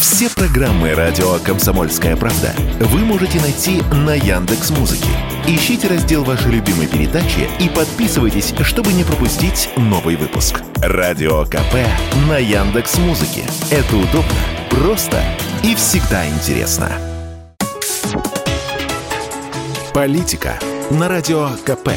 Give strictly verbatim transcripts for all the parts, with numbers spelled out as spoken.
Все программы радио «Комсомольская правда» вы можете найти на Яндекс.Музыке. Ищите раздел вашей любимой передачи и подписывайтесь, чтобы не пропустить новый выпуск. Радио КП на Яндекс.Музыке. Это удобно, просто и всегда интересно. Политика на радио КП.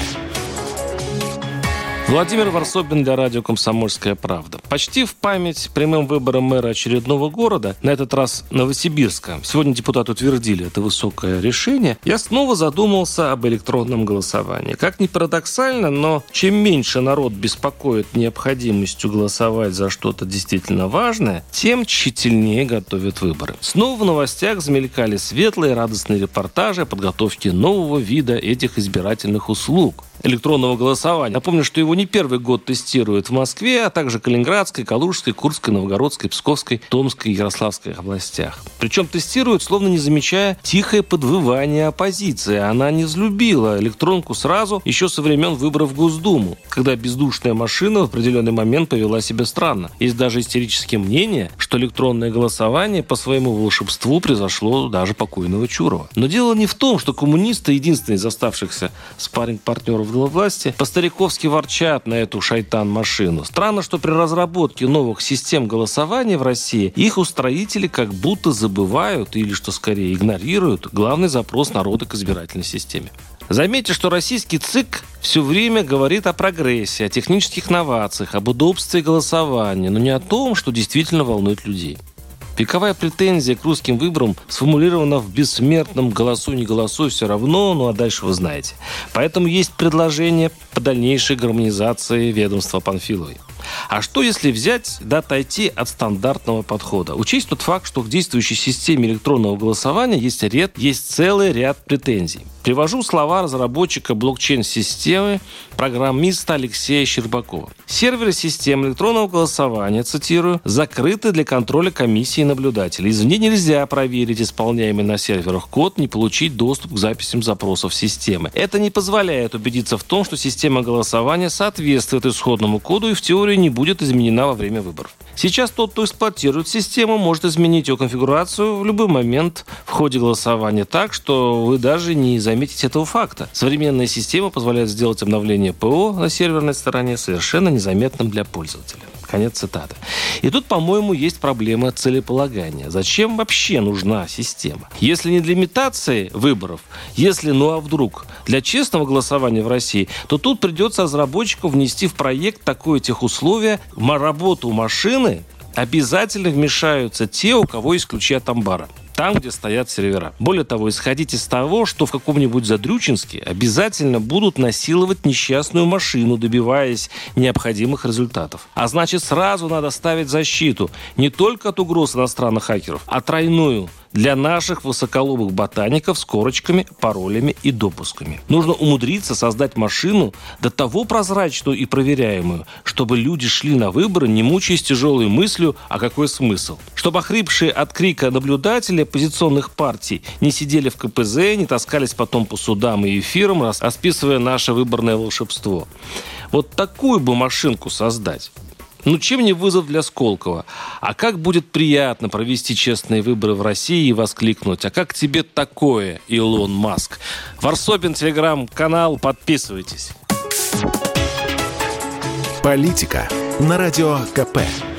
Владимир Варсобин для радио «Комсомольская правда». Почти в память прямым выборам мэра очередного города, на этот раз Новосибирска, сегодня депутаты утвердили это высокое решение, я снова задумался об электронном голосовании. Как ни парадоксально, но чем меньше народ беспокоит необходимостью голосовать за что-то действительно важное, тем тщательнее готовят выборы. Снова в новостях замелькали светлые, радостные репортажи о подготовке нового вида этих избирательных услуг – электронного голосования. Напомню, что его не первый год тестируют в Москве, а также Калининградской, Калужской, Курской, Новгородской, Псковской, Томской и Ярославской областях. Причем тестируют, словно не замечая тихое подвывание оппозиции. Она не взлюбила электронку сразу, еще со времен выборов в Госдуму, когда бездушная машина в определенный момент повела себя странно. Есть даже истерические мнения, что электронное голосование по своему волшебству превзошло даже покойного Чурова. Но дело не в том, что коммунисты, единственные из оставшихся спарринг-партнеров власти, по-стариковски ворчат на эту шайтан-машину. Странно, что при разработке новых систем голосования в России их устроители как будто забывают или, что скорее, игнорируют главный запрос народа к избирательной системе. Заметьте, что российский ЦИК все время говорит о прогрессе, о технических новациях, об удобстве голосования, но не о том, что действительно волнует людей. Вековая претензия к русским выборам сформулирована в бессмертном «голосуй, не голосуй, все равно», ну а дальше вы знаете. Поэтому есть предложение по дальнейшей гармонизации ведомства Панфиловой. А что, если взять, да, отойти от стандартного подхода? Учесть тот факт, что к действующей системе электронного голосования есть ряд, есть целый ряд претензий. Привожу слова разработчика блокчейн-системы, программиста Алексея Щербакова. Серверы системы электронного голосования, цитирую, закрыты для контроля комиссии и наблюдателей. Извне нельзя проверить исполняемый на серверах код, не получить доступ к записям запросов системы. Это не позволяет убедиться в том, что система голосования соответствует исходному коду и в теории не будет изменена во время выборов. Сейчас тот, кто эксплуатирует систему, может изменить ее конфигурацию в любой момент в ходе голосования так, что вы даже не заметите этого факта. Современная система позволяет сделать обновление ПО на серверной стороне совершенно незаметным для пользователя. Конец цитаты. И тут, по-моему, есть проблема целеполагания. Зачем вообще нужна система? Если не для имитации выборов, если, ну а вдруг, для честного голосования в России, то тут придется разработчику внести в проект такое техусловие: в работу машины обязательно вмешаются те, у кого есть ключи от амбара. Там, где стоят сервера. Более того, исходить из того, что в каком-нибудь Задрючинске обязательно будут насиловать несчастную машину, добиваясь необходимых результатов. А значит, сразу надо ставить защиту не только от угроз иностранных хакеров, а тройную для наших высоколобых ботаников с корочками, паролями и допусками. Нужно умудриться создать машину до того прозрачную и проверяемую, чтобы люди шли на выборы, не мучаясь тяжелой мыслью, а какой смысл. Чтобы охрипшие от крика наблюдатели оппозиционных партий не сидели в ка пэ зэ, не таскались потом по судам и эфирам, расписывая наше выборное волшебство. Вот такую бы машинку создать. Ну, чем не вызов для Сколково? А как будет приятно провести честные выборы в России и воскликнуть: а как тебе такое, Илон Маск? Варсобин, телеграм-канал, подписывайтесь. Политика на радио ка пэ.